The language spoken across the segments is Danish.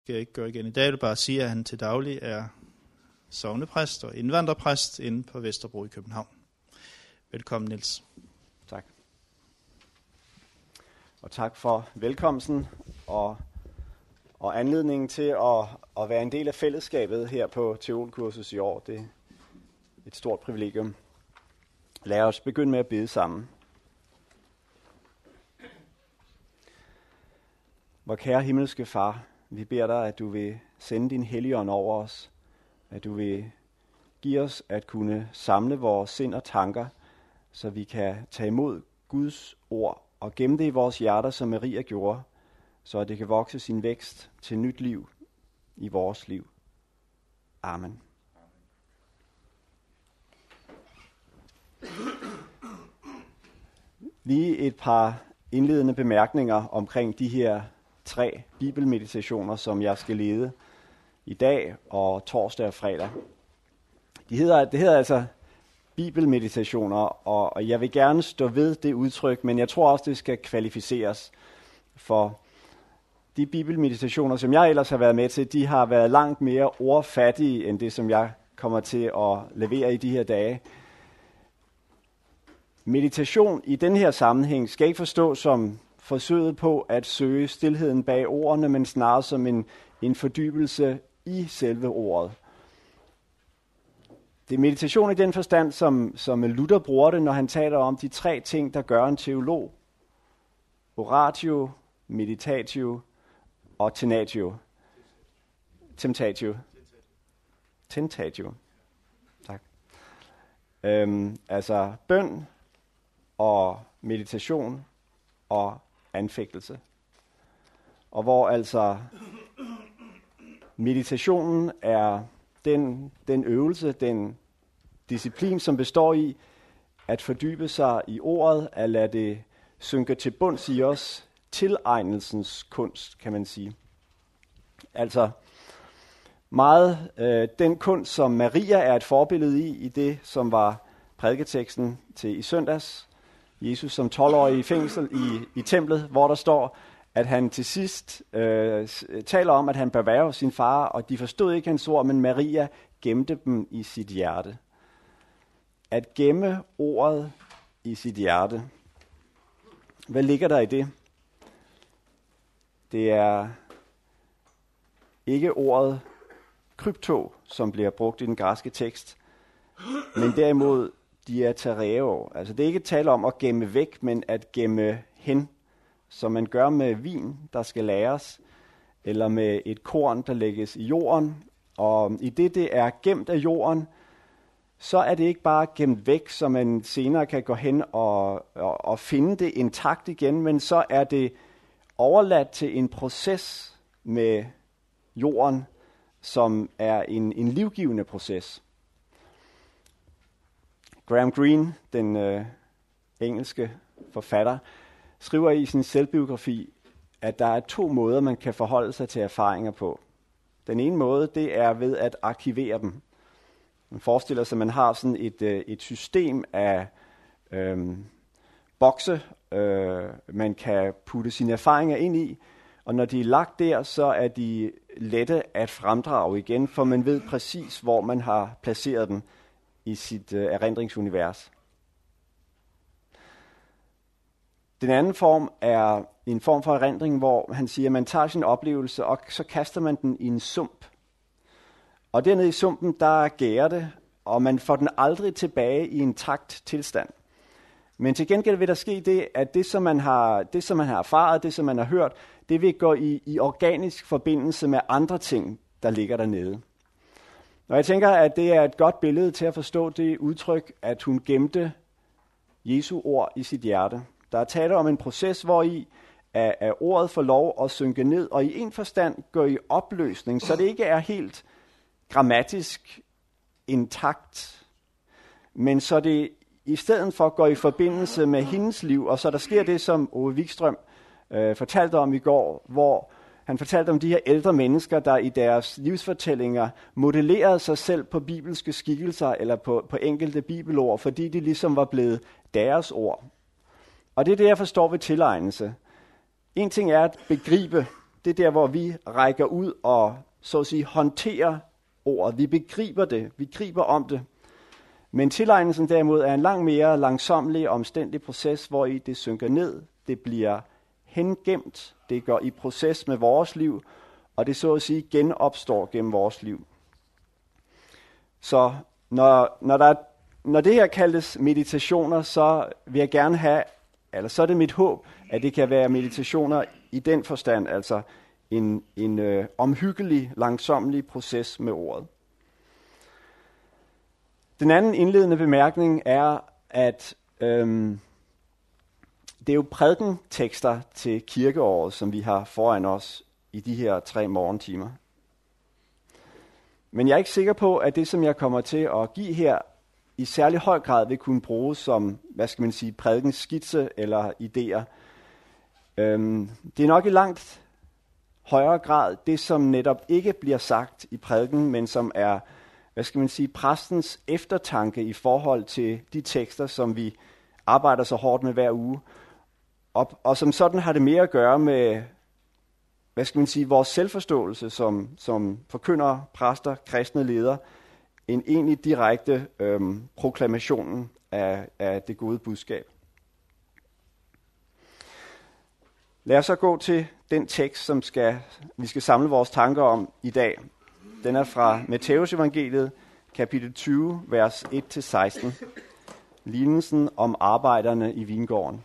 Skal jeg ikke gøre igen i dag. Jeg vil bare sige, at han til daglig er sognepræst og indvandrerpræst inde på Vesterbro i København. Velkommen, Niels. Tak. Og tak for velkomsten og anledningen til at være en del af fællesskabet her på teolkursus i år. Det er et stort privilegium. Lad os begynde med at bede sammen. Vor kære himmelske Far, vi beder dig, at du vil sende din Helligånd over os, at du vil give os at kunne samle vores sind og tanker, så vi kan tage imod Guds ord og gemme det i vores hjerter, som Maria gjorde, så det kan vokse sin vækst til nyt liv i vores liv. Amen. Lige et par indledende bemærkninger omkring de her 3 bibelmeditationer, som jeg skal lede i dag og torsdag og fredag. Det hedder altså bibelmeditationer, og jeg vil gerne stå ved det udtryk, men jeg tror også, det skal kvalificeres. For de bibelmeditationer, som jeg ellers har været med til, de har været langt mere ordfattige, end det, som jeg kommer til at levere i de her dage. Meditation i den her sammenhæng skal ikke forstås som forsøget på at søge stilheden bag ordene, men snarere som en fordybelse i selve ordet. Det er meditation i den forstand, som Luther bruger det, når han taler om de 3 ting, der gør en teolog. Oratio, meditatio og tentatio. Tentatio. Tak. Altså bøn og meditation og anfægtelse. Og hvor altså meditationen er den øvelse, den disciplin, som består i at fordybe sig i ordet, at lade det synke til bunds i os, tilegnelsens kunst, kan man sige. Altså meget den kunst, som Maria er et forbillede i det, som var prædiketeksten til i søndags. Jesus som 12-årig i fængsel i templet, hvor der står, at han til sidst taler om, at han bør være hos sin far, og de forstod ikke hans ord, men Maria gemte dem i sit hjerte. At gemme ordet i sit hjerte. Hvad ligger der i det? Det er ikke ordet krypto, som bliver brugt i den græske tekst, men derimod diatereo. Altså det er ikke tale om at gemme væk, men at gemme hen, som man gør med vin, der skal lagres, eller med et korn, der lægges i jorden. Og i det er gemt af jorden, så er det ikke bare gemt væk, så man senere kan gå hen og finde det intakt igen, men så er det overladt til en proces med jorden, som er en livgivende proces. Graham Greene, den engelske forfatter, skriver i sin selvbiografi, at der er 2 måder, man kan forholde sig til erfaringer på. Den ene måde, det er ved at arkivere dem. Man forestiller sig, at man har sådan et system af bokse, man kan putte sine erfaringer ind i, og når de er lagt der, så er de lette at fremdrage igen, for man ved præcis, hvor man har placeret dem i sit erindringsunivers. Den anden form er en form for erindring, hvor han siger, at man tager sin oplevelse, og så kaster man den i en sump. Og dernede i sumpen, der gærer det, og man får den aldrig tilbage i en takt tilstand. Men til gengæld vil der ske det, at det som man har erfaret, det som man har hørt, det vil gå i organisk forbindelse med andre ting, der ligger dernede. Og jeg tænker, at det er et godt billede til at forstå det udtryk, at hun gemte Jesu ord i sit hjerte. Der er tale om en proces, hvor i at ordet får lov at synke ned, og i en forstand går i opløsning, så det ikke er helt grammatisk intakt, men så det i stedet for går i forbindelse med hendes liv, og så der sker det, som Ove Wikström fortalte om i går, hvor han fortalte om de her ældre mennesker, der i deres livsfortællinger modellerede sig selv på bibelske skikkelser eller på enkelte bibelord, fordi de ligesom var blevet deres ord. Og det er det, jeg forstår ved tilegnelse. En ting er at begribe, det er der, hvor vi rækker ud og så at sige håndterer ordet. Vi begriber det, vi griber om det. Men tilegnelsen derimod er en langt mere langsomlig og omstændelig proces, hvor i det synker ned, det bliver hengemt, det går i proces med vores liv, og det så at sige genopstår gennem vores liv. Så når det her kaldes meditationer, så vil jeg gerne have, eller så er det mit håb, at det kan være meditationer i den forstand, altså en omhyggelig, langsomlig proces med ordet. Den anden indledende bemærkning er, at det er jo prædikentekster til kirkeåret, som vi har foran os i de her 3 morgentimer. Men jeg er ikke sikker på, at det, som jeg kommer til at give her, i særlig høj grad vil kunne bruges som, prædikenskitse eller idéer. Det er nok i langt højere grad det, som netop ikke bliver sagt i prædiken, men som er, præstens eftertanke i forhold til de tekster, som vi arbejder så hårdt med hver uge. Og som sådan har det mere at gøre med, vores selvforståelse som forkyndere, præster, kristne ledere, end egentlig direkte proklamationen af det gode budskab. Lad os så gå til den tekst, som vi skal samle vores tanker om i dag. Den er fra Matthæus evangeliet, kapitel 20, vers 1-16. Lignelsen om arbejderne i vingården.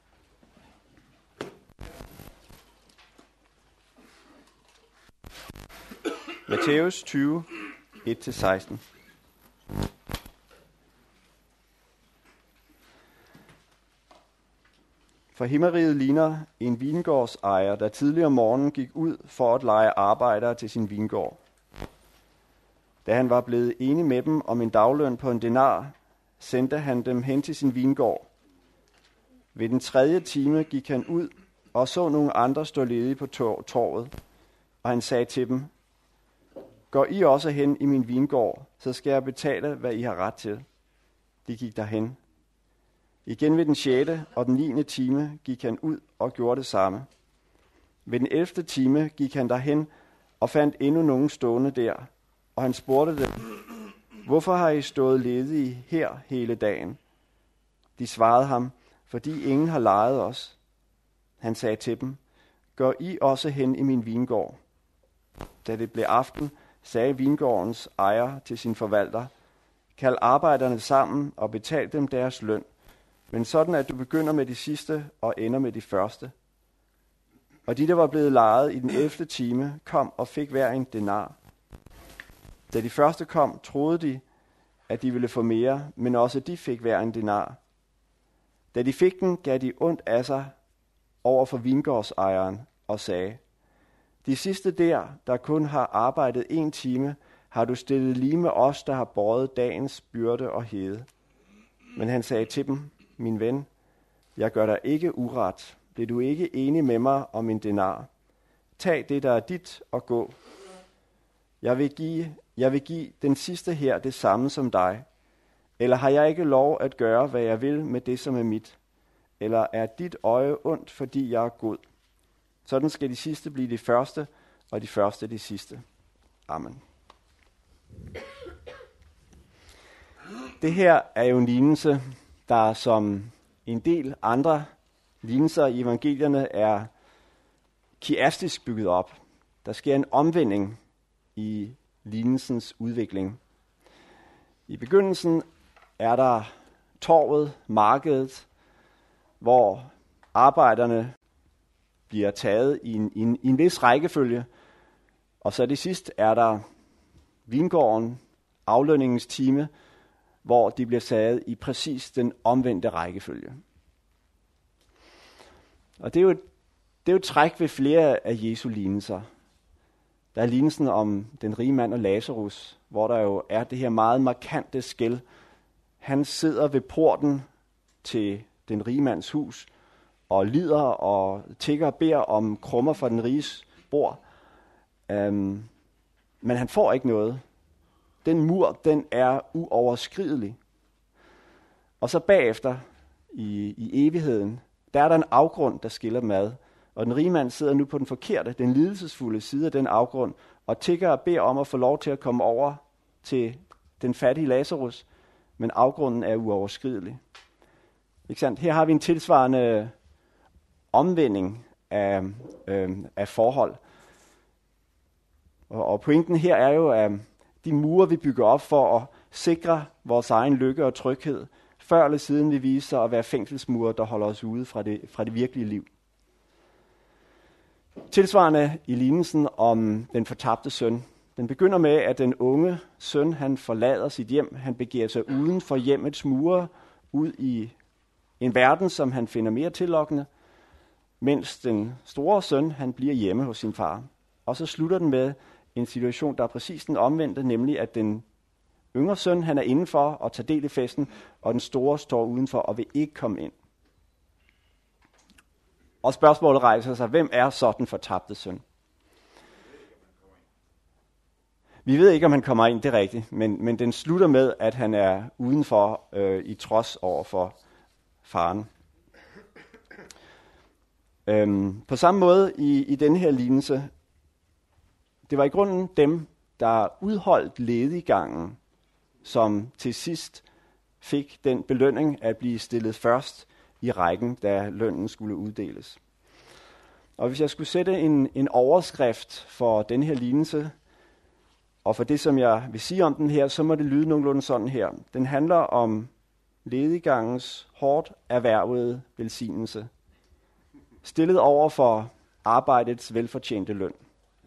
Matthæus 20, 1-16. For himmeriget ligner en vingårdsejer, der tidligere om morgenen gik ud for at leje arbejdere til sin vingård. Da han var blevet enig med dem om en dagløn på 1 denar, sendte han dem hen til sin vingård. Ved den 3. time gik han ud og så nogle andre stå ledige på torvet, og han sagde til dem: Går I også hen i min vingård, så skal jeg betale, hvad I har ret til. De gik derhen. Igen ved den 6. og den 9. time gik han ud og gjorde det samme. Ved den 11. time gik han derhen og fandt endnu nogen stående der, og han spurgte dem: Hvorfor har I stået ledige her hele dagen? De svarede ham: Fordi ingen har lejet os. Han sagde til dem: Går I også hen i min vingård? Da det blev aften, sagde vingårdens ejer til sin forvalter: Kald arbejderne sammen og betal dem deres løn, men sådan at du begynder med de sidste og ender med de første. Og de, der var blevet lejet i den 11. time, kom og fik hver en denar. Da de første kom, troede de, at de ville få mere, men også de fik hver en denar. Da de fik den, gav de ondt af sig over for vingårdsejeren og sagde: De sidste der kun har arbejdet 1 time, har du stillet lige med os, der har båret dagens byrde og hede. Men han sagde til dem: Min ven, jeg gør dig ikke uret. Blev du ikke enig med mig om en denar? Tag det, der er dit, og gå. Jeg vil give den sidste her det samme som dig. Eller har jeg ikke lov at gøre, hvad jeg vil med det, som er mit? Eller er dit øje ondt, fordi jeg er god? Sådan skal de sidste blive de første, og de første de sidste. Amen. Det her er jo en lignelse, der som en del andre lignelser i evangelierne er kiastisk bygget op. Der sker en omvending i lignelsens udvikling. I begyndelsen er der torvet, markedet, hvor arbejderne bliver taget i en vis rækkefølge. Og så det sidst er der vingården, aflønningens time, hvor de bliver taget i præcis den omvendte rækkefølge. Og det er jo et træk ved flere af Jesu lignelser. Der er lignelsen om den rige mand og Lazarus, hvor der jo er det her meget markante skel. Han sidder ved porten til den rige mands hus og lider og tigger og beder om krummer fra den riges bord. Men han får ikke noget. Den mur, den er uoverskridelig. Og så bagefter, i evigheden, der er der en afgrund, der skiller dem ad. Og den rige mand sidder nu på den forkerte, den lidelsesfulde side af den afgrund, og tigger og beder om at få lov til at komme over til den fattige Lazarus, men afgrunden er uoverskridelig. Ikke sandt? Her har vi en tilsvarende omvending af forhold. Og pointen her er jo, at de mure, vi bygger op for at sikre vores egen lykke og tryghed, før eller siden vi viser at være fængselsmure, der holder os ude fra det virkelige liv. Tilsvarende i lignelsen om den fortabte søn. Den begynder med, at den unge søn, han forlader sit hjem. Han begiver sig uden for hjemmets mure, ud i en verden, som han finder mere tillokkende, mens den store søn, han bliver hjemme hos sin far. Og så slutter den med en situation, der er præcis den omvendte, nemlig at den yngre søn, han er indenfor og tager del i festen, og den store står udenfor og vil ikke komme ind. Og spørgsmålet rejser sig, hvem er så den fortabte søn? Vi ved ikke, om han kommer ind, det er rigtigt, men den slutter med, at han er udenfor i trods over for faren. På samme måde i denne her lignelse, det var i grunden dem, der udholdt lediggangen, som til sidst fik den belønning at blive stillet først i rækken, da lønnen skulle uddeles. Og hvis jeg skulle sætte en overskrift for den her lignelse, og for det, som jeg vil sige om den her, så må det lyde nogenlunde sådan her. Den handler om lediggangens hårdt erhvervede velsignelse, stillet over for arbejdets velfortjente løn.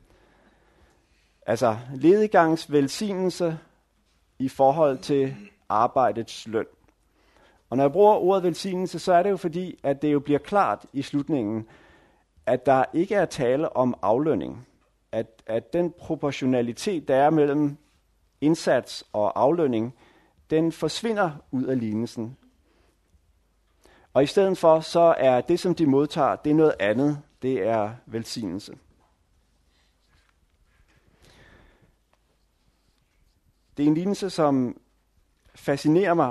Altså lediggangens velsignelse i forhold til arbejdets løn. Og når jeg bruger ordet velsignelse, så er det jo fordi, at det jo bliver klart i slutningen, at der ikke er tale om aflønning. At den proportionalitet, der er mellem indsats og aflønning, den forsvinder ud af lignelsen. Og i stedet for, så er det, som de modtager, det er noget andet. Det er velsignelse. Det er en lignelse, som fascinerer mig.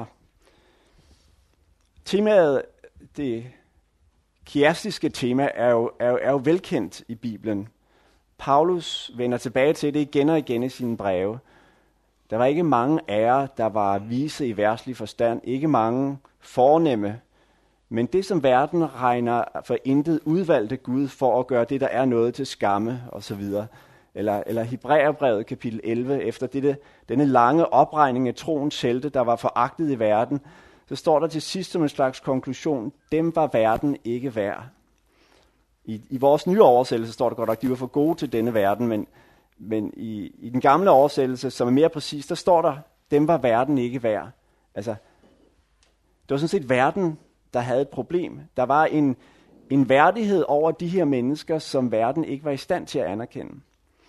Temaet, det kiastiske tema, er jo velkendt i Bibelen. Paulus vender tilbage til det igen og igen i sine breve. Der var ikke mange ære, der var vise i verdslig forstand, ikke mange fornemme. Men det, som verden regner for intet, udvalgte Gud for at gøre det, der er noget til skamme osv. Eller Hebræerbrevet kapitel 11, efter denne lange opregning af troens helte, der var foragtet i verden, så står der til sidst som en slags konklusion, dem var verden ikke værd. I vores nye oversættelse står der godt nok, de var for gode til denne verden, men i den gamle oversættelse, som er mere præcis, der står der, dem var verden ikke værd. Altså, det var sådan set verden, der havde et problem. Der var en værdighed over de her mennesker, som verden ikke var i stand til at anerkende.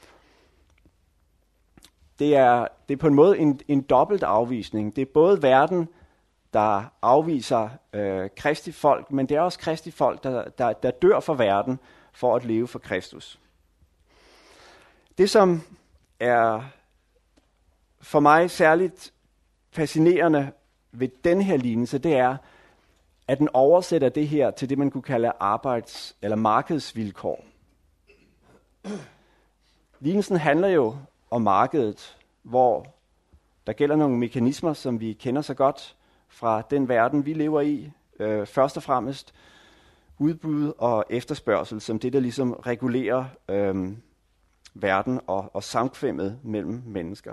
Det er på en måde en dobbelt afvisning. Det er både verden, der afviser Kristi folk, men det er også Kristi folk, der dør for verden for at leve for Kristus. Det, som er for mig særligt fascinerende ved den her lignelse, det er, at den oversætter det her til det, man kunne kalde arbejds- eller markedsvilkår. Lignelsen handler jo om markedet, hvor der gælder nogle mekanismer, som vi kender så godt fra den verden, vi lever i. Først og fremmest udbud og efterspørgsel, som det, der ligesom regulerer verden og samkvemmet mellem mennesker.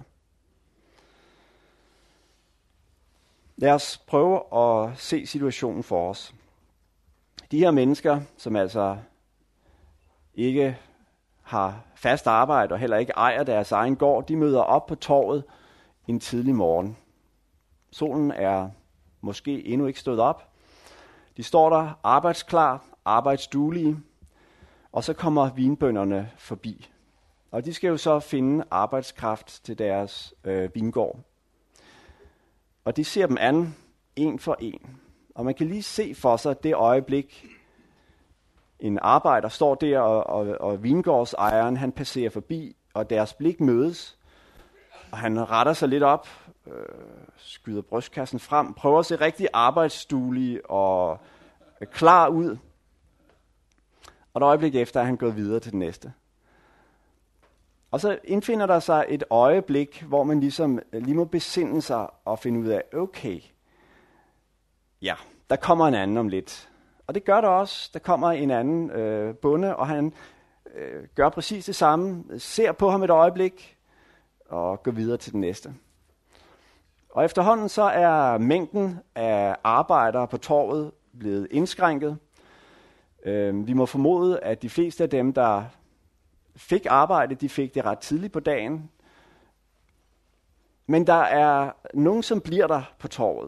Lad os prøve at se situationen for os. De her mennesker, som altså ikke har fast arbejde og heller ikke ejer deres egen gård, de møder op på torvet en tidlig morgen. Solen er måske endnu ikke stået op. De står der arbejdsklar, arbejdsduelige, og så kommer vinbønderne forbi. Og de skal jo så finde arbejdskraft til deres vingård. Og de ser dem an, en for en. Og man kan lige se for sig det øjeblik, en arbejder står der, og vingårdsejeren, han passerer forbi, og deres blik mødes. Og han retter sig lidt op, skyder brystkassen frem, prøver at se rigtig arbejdsduelig og klar ud. og et øjeblik efter er han gået videre til den næste. Og så indfinder der sig et øjeblik, hvor man ligesom lige må besinde sig og finde ud af, okay, ja, der kommer en anden om lidt. Og det gør der også. Der kommer en anden bonde, og han gør præcis det samme, ser på ham et øjeblik og går videre til den næste. Og efterhånden så er mængden af arbejdere på torvet blevet indskrænket. Vi må formode, at de fleste af dem, der fik arbejde, de fik det ret tidligt på dagen. Men der er nogen, som bliver der på torvet.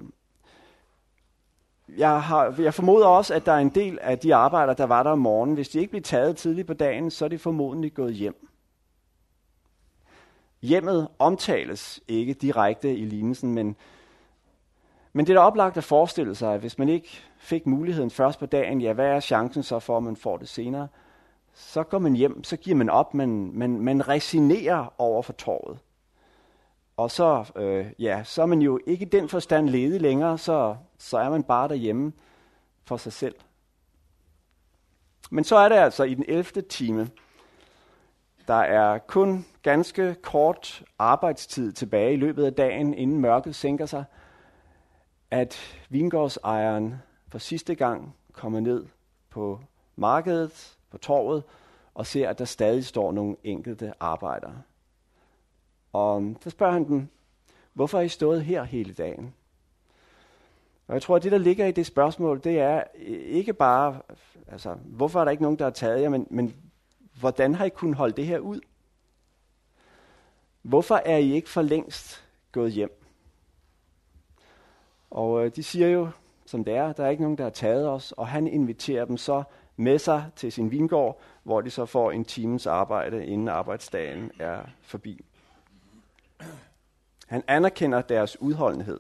Jeg formoder også, at der er en del af de arbejdere, der var der om morgenen. Hvis de ikke blev taget tidligt på dagen, så er de formodentlig gået hjem. Hjemmet omtales ikke direkte i lignelsen, men det er da oplagt at forestille sig, at hvis man ikke fik muligheden først på dagen, ja, hvad er chancen så for, at man får det senere? Så går man hjem, så giver man op, man resignerer over for torvet. Og så, så er man jo ikke i den forstand ledig længere, så er man bare derhjemme for sig selv. Men så er det altså i den 11. time. Der er kun ganske kort arbejdstid tilbage i løbet af dagen, inden mørket sænker sig, at vingårdsejeren for sidste gang kommer ned på markedet, på torvet, og ser, at der stadig står nogle enkelte arbejdere. Og så spørger han dem, hvorfor er I stået her hele dagen? Og jeg tror, at det, der ligger i det spørgsmål, det er ikke bare, altså, hvorfor er der ikke nogen, der har taget jer, men hvordan har I kunnet holde det her ud? Hvorfor er I ikke for længst gået hjem? Og de siger jo, som det er, der er ikke nogen, der har taget os, og han inviterer dem så med sig til sin vingård, hvor de så får en times arbejde, inden arbejdsdagen er forbi. Han anerkender deres udholdenhed.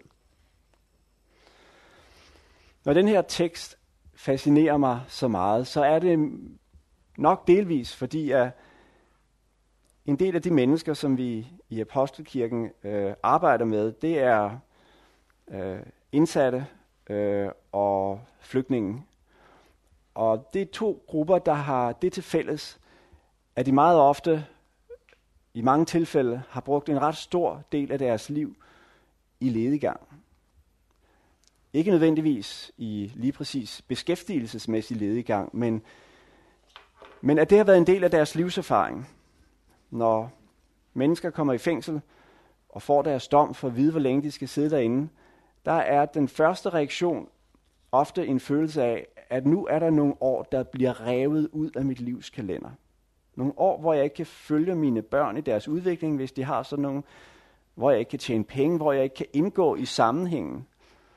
Når den her tekst fascinerer mig så meget, så er det nok delvis, fordi at en del af de mennesker, som vi i Apostelkirken arbejder med, det er indsatte og flygtninge. Og det er to grupper, der har det til fælles, at de meget ofte, i mange tilfælde, har brugt en ret stor del af deres liv i lediggang. Ikke nødvendigvis i lige præcis beskæftigelsesmæssig lediggang, men at det har været en del af deres livserfaring. Når mennesker kommer i fængsel og får deres dom for at vide, hvor længe de skal sidde derinde, der er den første reaktion ofte en følelse af, at nu er der nogle år, der bliver revet ud af mit livs kalender. Nogle år, hvor jeg ikke kan følge mine børn i deres udvikling, hvis de har sådan nogle, hvor jeg ikke kan tjene penge, hvor jeg ikke kan indgå i sammenhængen.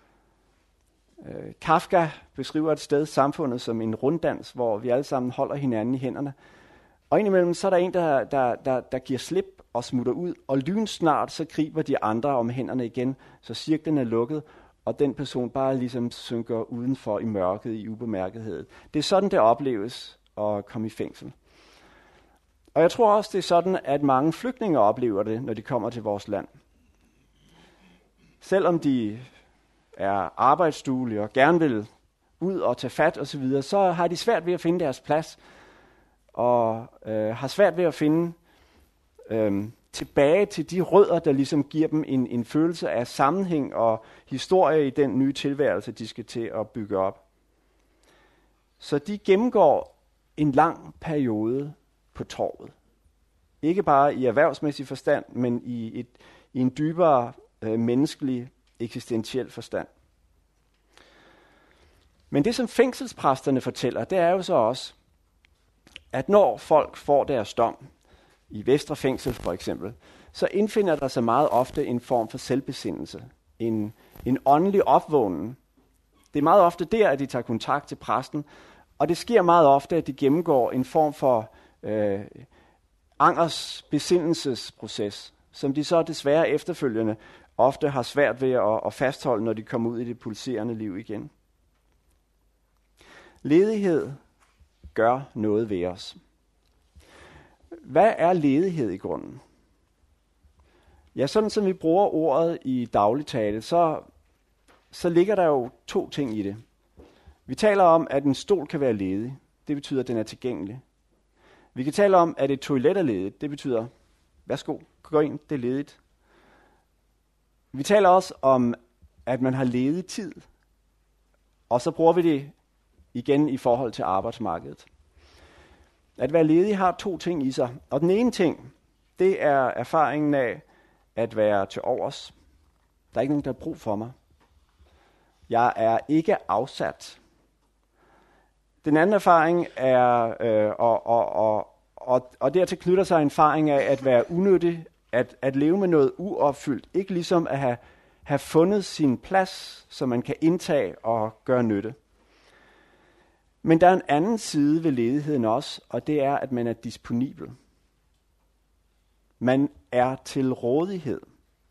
Kafka beskriver et sted samfundet som en runddans, hvor vi alle sammen holder hinanden i hænderne. Og indimellem så er der en, der giver slip og smutter ud, og lynsnart så griber de andre om hænderne igen, så cirklen er lukket, og den person bare ligesom synker udenfor i mørket, i ubemærkethed. Det er sådan, det opleves at komme i fængsel. Og jeg tror også, det er sådan, at mange flygtninge oplever det, når de kommer til vores land. Selvom de er arbejdsduelige og gerne vil ud og tage fat osv., så har de svært ved at finde deres plads, og har svært ved at finde tilbage til de rødder, der ligesom giver dem en følelse af sammenhæng og historie i den nye tilværelse, de skal til at bygge op. Så de gennemgår en lang periode på torvet. Ikke bare i erhvervsmæssig forstand, men i en dybere menneskelig, eksistentiel forstand. Men det, som fængselspræsterne fortæller, det er jo så også, at når folk får deres dom, i Vestre Fængsel for eksempel, så indfinder der sig meget ofte en form for selvbesindelse, en åndelig opvågning. Det er meget ofte der, at de tager kontakt til præsten, og det sker meget ofte, at de gennemgår en form for angers besindelsesproces, som de så desværre efterfølgende ofte har svært ved at fastholde, når de kommer ud i det pulserende liv igen. Ledighed gør noget ved os. Hvad er ledighed i grunden? Ja, sådan som vi bruger ordet i dagligtale, så ligger der jo to ting i det. Vi taler om, at en stol kan være ledig. det betyder, at den er tilgængelig. Vi kan tale om, at et toilet er ledigt. Det betyder, værsgo, gå ind, det er ledigt. Vi taler også om, at man har ledig tid. Og så bruger vi det igen i forhold til arbejdsmarkedet. At være ledig har 2 ting i sig. Og den ene ting, det er erfaringen af at være til overs. Der er ikke nogen, der har brug for mig. Jeg er ikke afsat. Den anden erfaring er, og dertil knytter sig en erfaring af at være unyttig, at leve med noget uopfyldt. Ikke ligesom at have fundet sin plads, som man kan indtage og gøre nytte. Men der er en anden side ved ledigheden også, og det er, at man er disponibel. Man er til rådighed.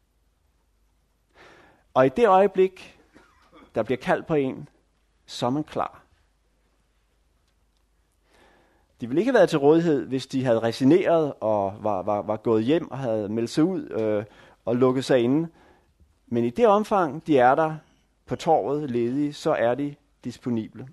Og i det øjeblik, der bliver kaldt på en, så er man klar. De ville ikke have været til rådighed, hvis de havde resigneret og var gået hjem og havde meldt sig ud og lukket sig inde. Men i det omfang, de er der på torvet ledige, så er de disponible.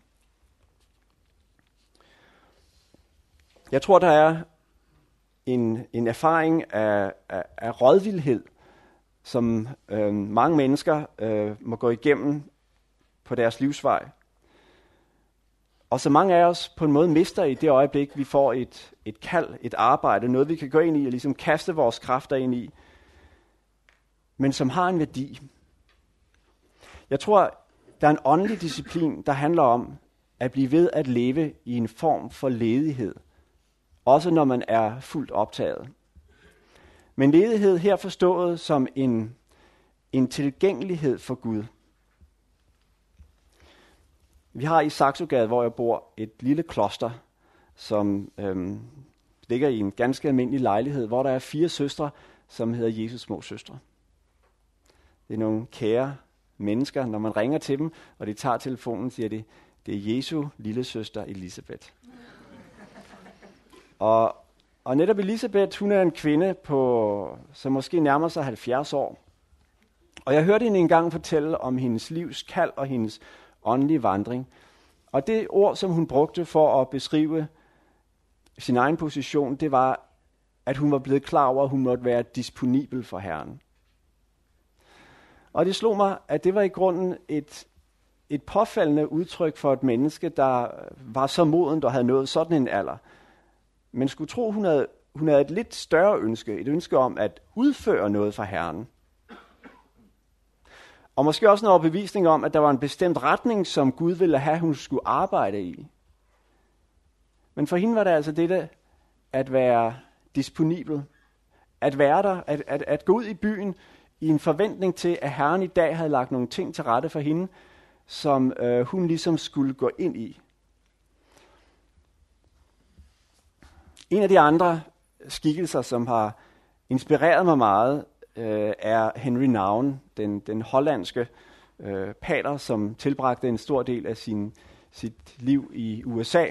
Jeg tror, der er en erfaring af rådvildhed, som mange mennesker må gå igennem på deres livsvej. Og så mange af os på en måde mister i det øjeblik, vi får et kald, et arbejde, noget vi kan gå ind i og ligesom kaste vores kræfter ind i, men som har en værdi. Jeg tror, der er en åndelig disciplin, der handler om at blive ved at leve i en form for ledighed, også når man er fuldt optaget. Men ledighed her forstået som en tilgængelighed for Gud. Vi har i Saxogade, hvor jeg bor, et lille kloster, som ligger i en ganske almindelig lejlighed, hvor der er 4 søstre, som hedder Jesus små søstre. Det er nogle kære mennesker. Når man ringer til dem, og de tager telefonen, siger de, det er Jesu lille søster Elisabeth. Og netop Elisabeth, hun er en kvinde, som måske nærmer sig 70 år. Og jeg hørte hende engang fortælle om hendes livs kald og hendes åndelige vandring. Og det ord, som hun brugte for at beskrive sin egen position, det var, at hun var blevet klar over, at hun måtte være disponibel for Herren. Og det slog mig, at det var i grunden et påfaldende udtryk for et menneske, der var så modent og havde nået sådan en alder. Men skulle tro, hun havde et lidt større ønske, et ønske om at udføre noget for Herren. Og måske også en overbevisning om, at der var en bestemt retning, som Gud ville have, hun skulle arbejde i. Men for hende var det altså dette at være disponibel. At være der, at gå ud i byen i en forventning til, at Herren i dag havde lagt nogle ting til rette for hende, som hun ligesom skulle gå ind i. En af de andre skikkelser, som har inspireret mig meget, er Henry Nouwen, den hollandske pater, som tilbragte en stor del af sit liv i USA.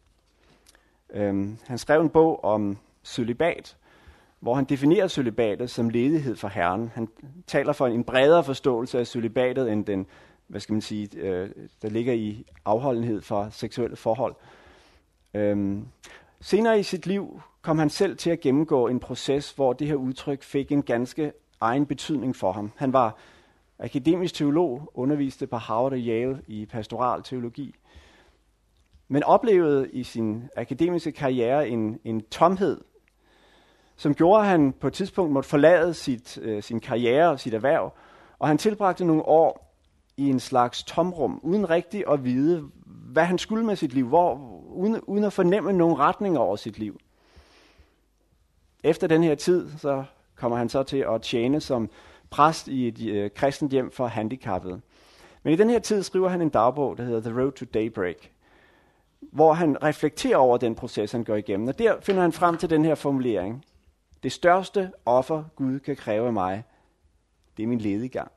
Han skrev en bog om cølibat, hvor han definerer cølibatet som ledighed for Herren. Han taler for en bredere forståelse af cølibatet end den, der ligger i afholdenhed for seksuelle forhold. Senere i sit liv kom han selv til at gennemgå en proces, hvor det her udtryk fik en ganske egen betydning for ham. Han var akademisk teolog, underviste på Harvard og Yale i pastoral teologi, men oplevede i sin akademiske karriere en tomhed, som gjorde, at han på et tidspunkt måtte forlade sin karriere og sit erhverv, og han tilbragte nogle år i en slags tomrum, uden rigtig at vide, hvad han skulle med sit liv, uden at fornemme nogen retning over sit liv. Efter den her tid, så kommer han så til at tjene som præst i et kristent hjem for handicappede. Men i den her tid skriver han en dagbog, der hedder The Road to Daybreak, hvor han reflekterer over den proces, han går igennem. Og der finder han frem til den her formulering. Det største offer, Gud kan kræve af mig, det er min lediggang.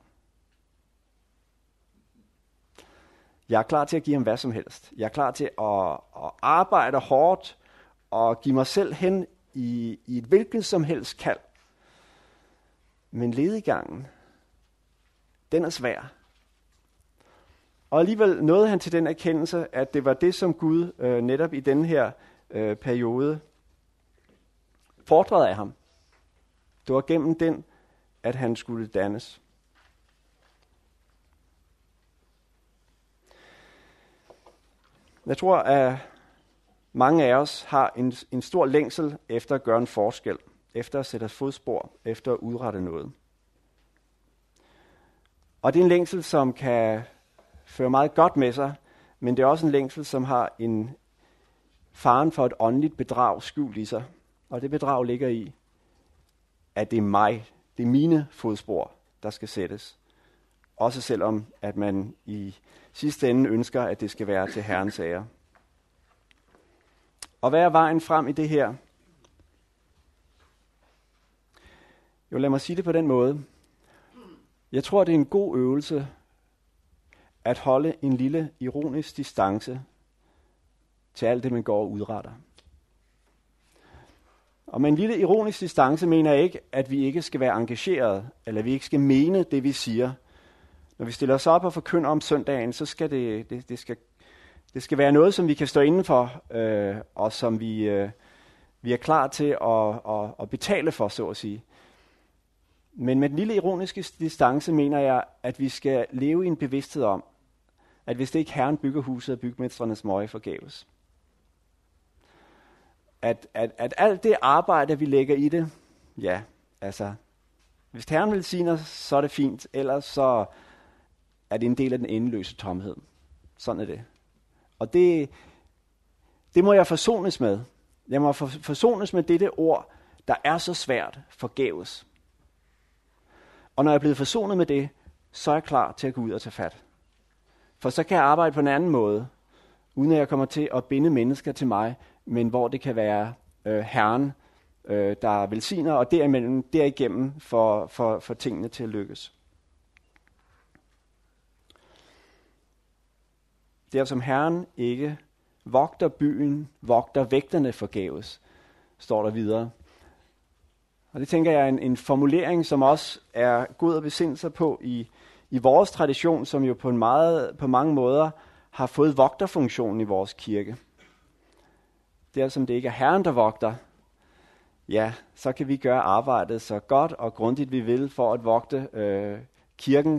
Jeg er klar til at give ham hvad som helst. Jeg er klar til at arbejde hårdt og give mig selv hen i et hvilket som helst kald. Men lediggangen, den er svær. Og alligevel nåede han til den erkendelse, at det var det, som Gud netop i den her periode fordrede af ham. Det var gennem den, at han skulle dannes. Jeg tror, at mange af os har en stor længsel efter at gøre en forskel, efter at sætte fodspor, efter at udrette noget. Og det er en længsel, som kan føre meget godt med sig, men det er også en længsel, som har en faren for et åndeligt bedrag skjult i sig. Og det bedrag ligger i, at det er mig, det er mine fodspor, der skal sættes. Også selvom, at man i sidste ende ønsker, at det skal være til Herrens ære. Og hvad er vejen frem i det her? Jo, lad mig sige det på den måde. Jeg tror, det er en god øvelse at holde en lille ironisk distance til alt det, man går og udretter. Og med en lille ironisk distance mener jeg ikke, at vi ikke skal være engageret, eller vi ikke skal mene det, vi siger. Når vi stiller os op og forkynder om søndagen, så skal det skal være noget, som vi kan stå indenfor, og som vi er klar til at betale for, så at sige. Men med den lille ironiske distance mener jeg, at vi skal leve i en bevidsthed om, at hvis det ikke Herren bygger huset, er bygmestrenes møje forgæves. At alt det arbejde, vi lægger i det, ja, altså, hvis Herren vil sige os, så er det fint, ellers så er det en del af den endeløse tomhed. Sådan er det. Og det må jeg forsones med. Jeg må forsones med dette ord, der er så svært forgæves. Og når jeg er blevet forsonet med det, så er jeg klar til at gå ud og tage fat. For så kan jeg arbejde på en anden måde, uden at jeg kommer til at binde mennesker til mig, men hvor det kan være Herren, der velsigner, og derigennem for tingene til at lykkes. Der som Herren ikke vogter byen, vogter vægterne forgæves, står der videre. Og det tænker jeg er en formulering, som også er god at besinde sig på i vores tradition, som jo på mange måder har fået vogterfunktionen i vores kirke. Der som det ikke er Herren, der vogter, ja, så kan vi gøre arbejdet så godt og grundigt vi vil for at vogte kirken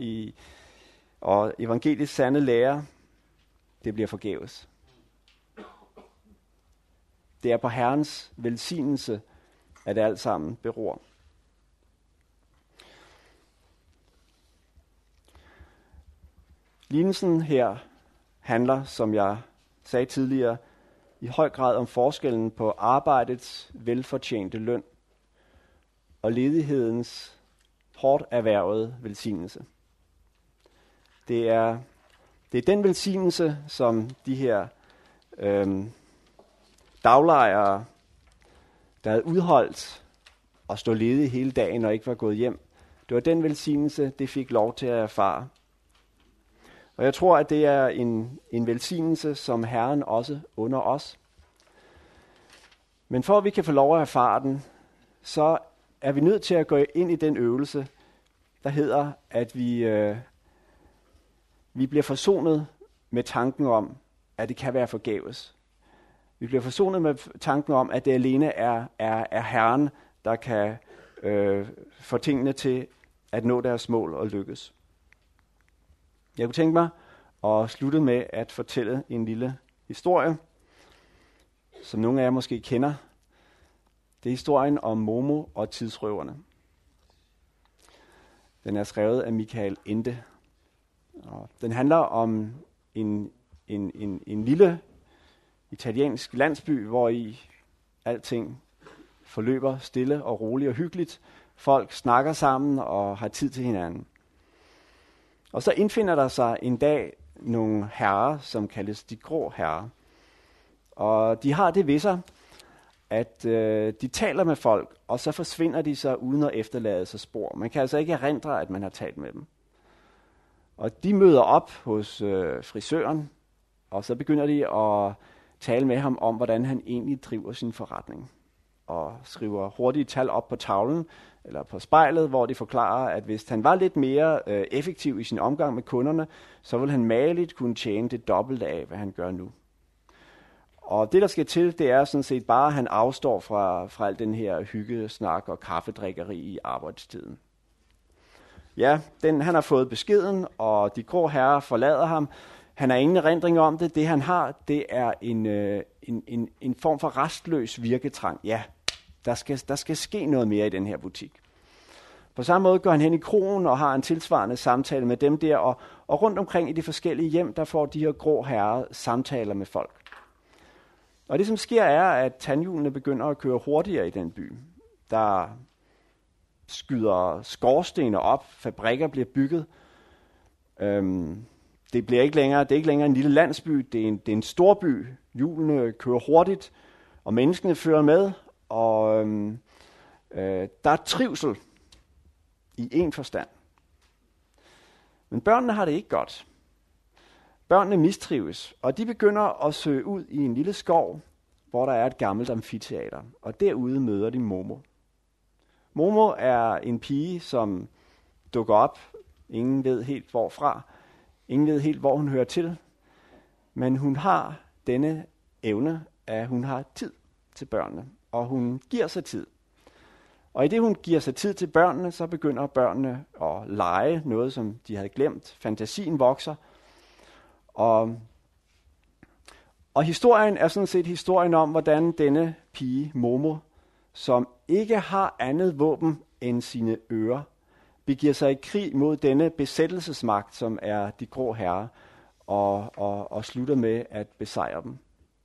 og evangeliets sande lære. Det bliver forgæves. Det er på Herrens velsignelse, at det alt sammen beror. Lignelsen her handler, som jeg sagde tidligere, i høj grad om forskellen på arbejdets velfortjente løn og ledighedens hårdt erhvervede velsignelse. Det er den velsignelse, som de her daglejere, der havde udholdt at stå ledige hele dagen og ikke var gået hjem, det var den velsignelse, det fik lov til at erfare. Og jeg tror, at det er en velsignelse, som Herren også under os. Men for at vi kan få lov at erfare den, så er vi nødt til at gå ind i den øvelse, der hedder, at vi bliver forsonet med tanken om, at det kan være forgæves. Vi bliver forsonet med tanken om, at det alene er Herren, der kan få tingene til at nå deres mål og lykkes. Jeg kunne tænke mig at slutte med at fortælle en lille historie, som nogle af jer måske kender. Det er historien om Momo og tidsrøverne. Den er skrevet af Michael Ende. Og den handler om en lille italiensk landsby, hvor i alting forløber stille og roligt og hyggeligt. Folk snakker sammen og har tid til hinanden. Og så indfinder der sig en dag nogle herrer, som kaldes de grå herrer. Og de har det ved sig, at de taler med folk, og så forsvinder de så uden at efterlade sig spor. Man kan altså ikke erindre, at man har talt med dem. Og de møder op hos frisøren, og så begynder de at tale med ham om, hvordan han egentlig driver sin forretning. og skriver hurtige tal op på tavlen eller på spejlet, hvor de forklarer, at hvis han var lidt mere effektiv i sin omgang med kunderne, så vil han mageligt kunne tjene det dobbelte af, hvad han gør nu. Og det, der skal til, det er sådan set bare, at han afstår fra al den her hyggesnak og kaffedrikkeri i arbejdstiden. Ja, han har fået beskeden, og de grå herrer forlader ham. Han har ingen erindring om det. Det han har, det er en form for restløs virketrang. Ja, der skal ske noget mere i den her butik. På samme måde går han hen i krogen og har en tilsvarende samtale med dem der, og rundt omkring i de forskellige hjem, der får de her grå herrer samtaler med folk. Og det som sker er, at tandhjulene begynder at køre hurtigere i den by. Der skyder skorstener op, fabrikker bliver bygget. Det er ikke længere en lille landsby, det er en stor by. Hjulene kører hurtigt, og menneskene fører med, og der er trivsel i en forstand. Men børnene har det ikke godt. Børnene mistrives, og de begynder at søge ud i en lille skov, hvor der er et gammelt amfiteater, og derude møder de Momo. Momo er en pige, som dukker op. Ingen ved helt hvorfra. Ingen ved helt, hvor hun hører til. Men hun har denne evne, at hun har tid til børnene, og hun giver sig tid. Og i det hun giver sig tid til børnene, så begynder børnene at lege noget, som de havde glemt. Fantasien vokser. Og historien er sådan set historien om, hvordan denne pige, Momo, som ikke har andet våben end sine ører, begiver sig i krig mod denne besættelsesmagt, som er de grå herrer, og slutter med at besejre dem.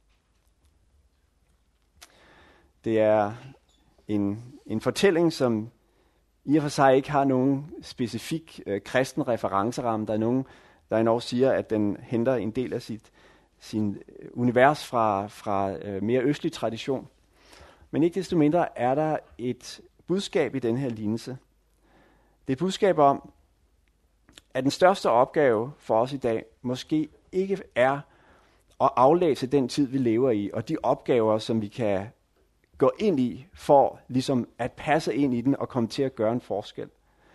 Det er en fortælling, som i og for sig ikke har nogen specifik kristen referenceramme. Der er nogen, der endnu siger, at den henter en del af sin univers fra mere østlig tradition. Men ikke desto mindre er der et budskab i den her lignelse. Det er et budskab om, at den største opgave for os i dag måske ikke er at aflæse den tid, vi lever i, og de opgaver, som vi kan gå ind i, for ligesom at passe ind i den og komme til at gøre en forskel.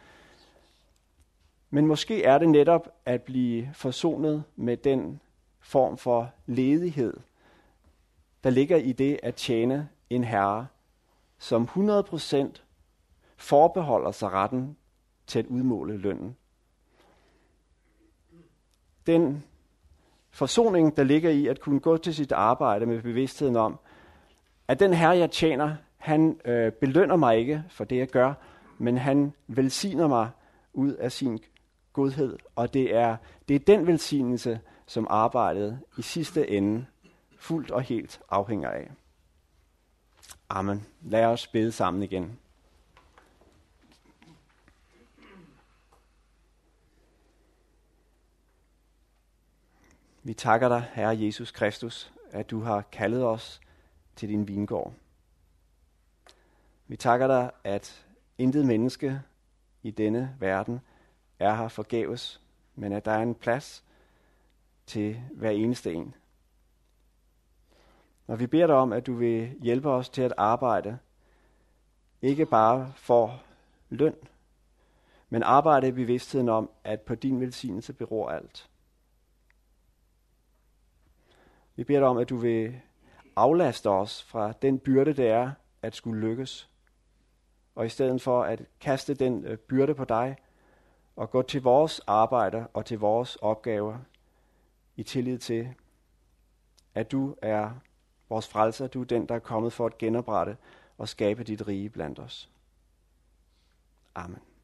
Men måske er det netop at blive forsonet med den form for ledighed, der ligger i det at tjene en herre, som 100% forbeholder sig retten til at udmåle lønnen. Den forsoning, der ligger i at kunne gå til sit arbejde med bevidstheden om, at den herre, jeg tjener, han belønner mig ikke for det, jeg gør, men han velsigner mig ud af sin godhed. Og det er den velsignelse, som arbejdet i sidste ende fuldt og helt afhænger af. Amen. Lad os bede sammen igen. Vi takker dig, Herre Jesus Kristus, at du har kaldet os til din vingård. Vi takker dig, at intet menneske i denne verden er her forgæves, men at der er en plads til hver eneste en. Og vi beder dig om, at du vil hjælpe os til at arbejde, ikke bare for løn, men arbejde i bevidstheden om, at på din velsignelse beror alt. Vi beder dig om, at du vil aflaste os fra den byrde, det er at skulle lykkes. Og i stedet for at kaste den byrde på dig, og gå til vores arbejde og til vores opgaver i tillid til, at du er vores frelser, du er den, der er kommet for at genoprette og skabe dit rige blandt os. Amen.